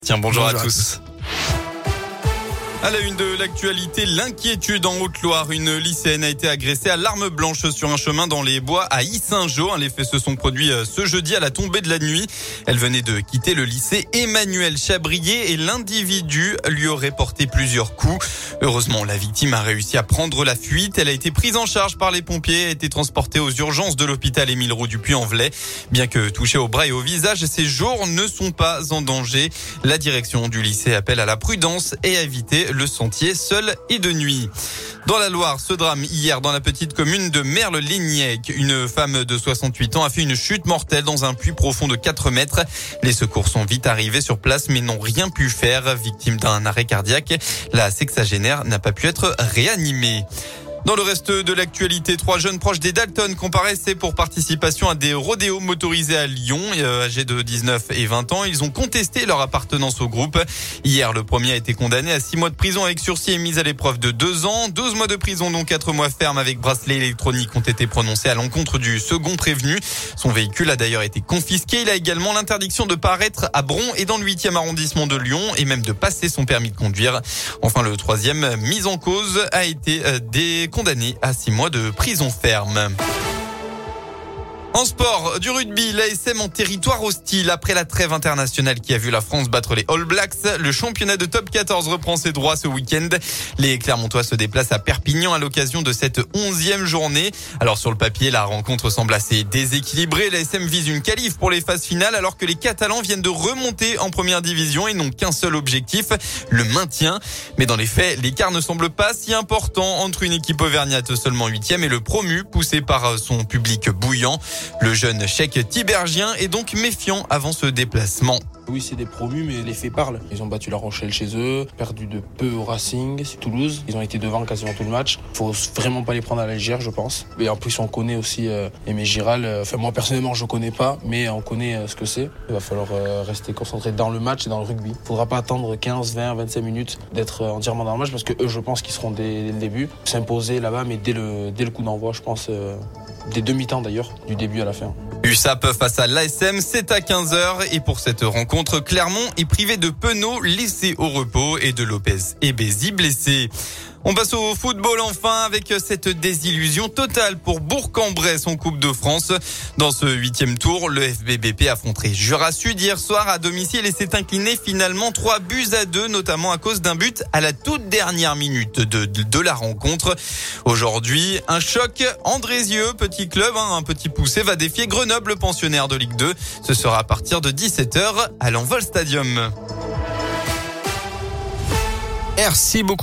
Tiens, bonjour à tous. À la une de l'actualité, l'inquiétude en Haute-Loire. Une lycéenne a été agressée à l'arme blanche sur un chemin dans les bois à Yssingeaux. Les faits se sont produits ce jeudi à la tombée de la nuit. Elle venait de quitter le lycée Emmanuel Chabrier et l'individu lui aurait porté plusieurs coups. Heureusement, la victime a réussi à prendre la fuite. Elle a été prise en charge par les pompiers et a été transportée aux urgences de l'hôpital Émile Roux du Puy-en-Velay. Bien que touchée au bras et au visage, ses jours ne sont pas en danger. La direction du lycée appelle à la prudence et à éviter le sentier seul et de nuit. Dans la Loire, ce drame hier dans la petite commune de Merle-Lignac. Une femme de 68 ans a fait une chute mortelle dans un puits profond de 4 mètres. Les secours sont vite arrivés sur place mais n'ont rien pu faire. Victime d'un arrêt cardiaque, la sexagénaire n'a pas pu être réanimée. Dans le reste de l'actualité, 3 jeunes proches des Dalton comparaissaient pour participation à des rodéos motorisés à Lyon. Âgés de 19 et 20 ans, ils ont contesté leur appartenance au groupe. Hier, le premier a été condamné à 6 mois de prison avec sursis et mise à l'épreuve de 2 ans. 12 mois de prison, dont 4 mois ferme avec bracelet électronique ont été prononcés à l'encontre du second prévenu. Son véhicule a d'ailleurs été confisqué. Il a également l'interdiction de paraître à Bron et dans le 8e arrondissement de Lyon et même de passer son permis de conduire. Enfin, le troisième mis en cause a été condamné à 6 mois de prison ferme. En sport, du rugby, l'ASM en territoire hostile. Après la trêve internationale qui a vu la France battre les All Blacks, le championnat de top 14 reprend ses droits ce week-end. Les Clermontois se déplacent à Perpignan à l'occasion de cette 11e journée. Alors sur le papier, la rencontre semble assez déséquilibrée. L'ASM vise une qualif pour les phases finales alors que les Catalans viennent de remonter en première division et n'ont qu'un seul objectif, le maintien. Mais dans les faits, l'écart ne semble pas si important entre une équipe auvergnate seulement 8e et le promu poussé par son public bouillant. Le jeune Cheikh Tibergien est donc méfiant avant ce déplacement. Oui, c'est des promus, mais les faits parlent. Ils ont battu La Rochelle chez eux, perdu de peu au Racing, c'est Toulouse. Ils ont été devant quasiment tout le match. Faut vraiment pas les prendre à la légère, je pense. Et en plus, on connaît aussi Aimé Giral. Enfin, moi, personnellement, je connais pas, mais on connaît ce que c'est. Il va falloir rester concentré dans le match et dans le rugby. Il faudra pas attendre 15, 20, 25 minutes d'être entièrement dans le match parce que eux, je pense qu'ils seront dès le début. S'imposer là-bas, mais dès le coup d'envoi, je pense, des demi-temps d'ailleurs, du début à la fin. USAP face à l'ASM, c'est à 15h et pour cette rencontre, Clermont est privé de Penaud, laissé au repos et de Lopez et Bézi blessés. On passe au football enfin avec cette désillusion totale pour Bourg-en-Bresse en Coupe de France. Dans ce 8e tour, le FBBP affronterait Jura Sud hier soir à domicile et s'est incliné finalement 3-2, notamment à cause d'un but à la toute dernière minute de la rencontre. Aujourd'hui, un choc. Andrézieux, petit club, un petit poussé, va défier Grenoble, pensionnaire de Ligue 2. Ce sera à partir de 17h à l'Envol Stadium. Merci beaucoup.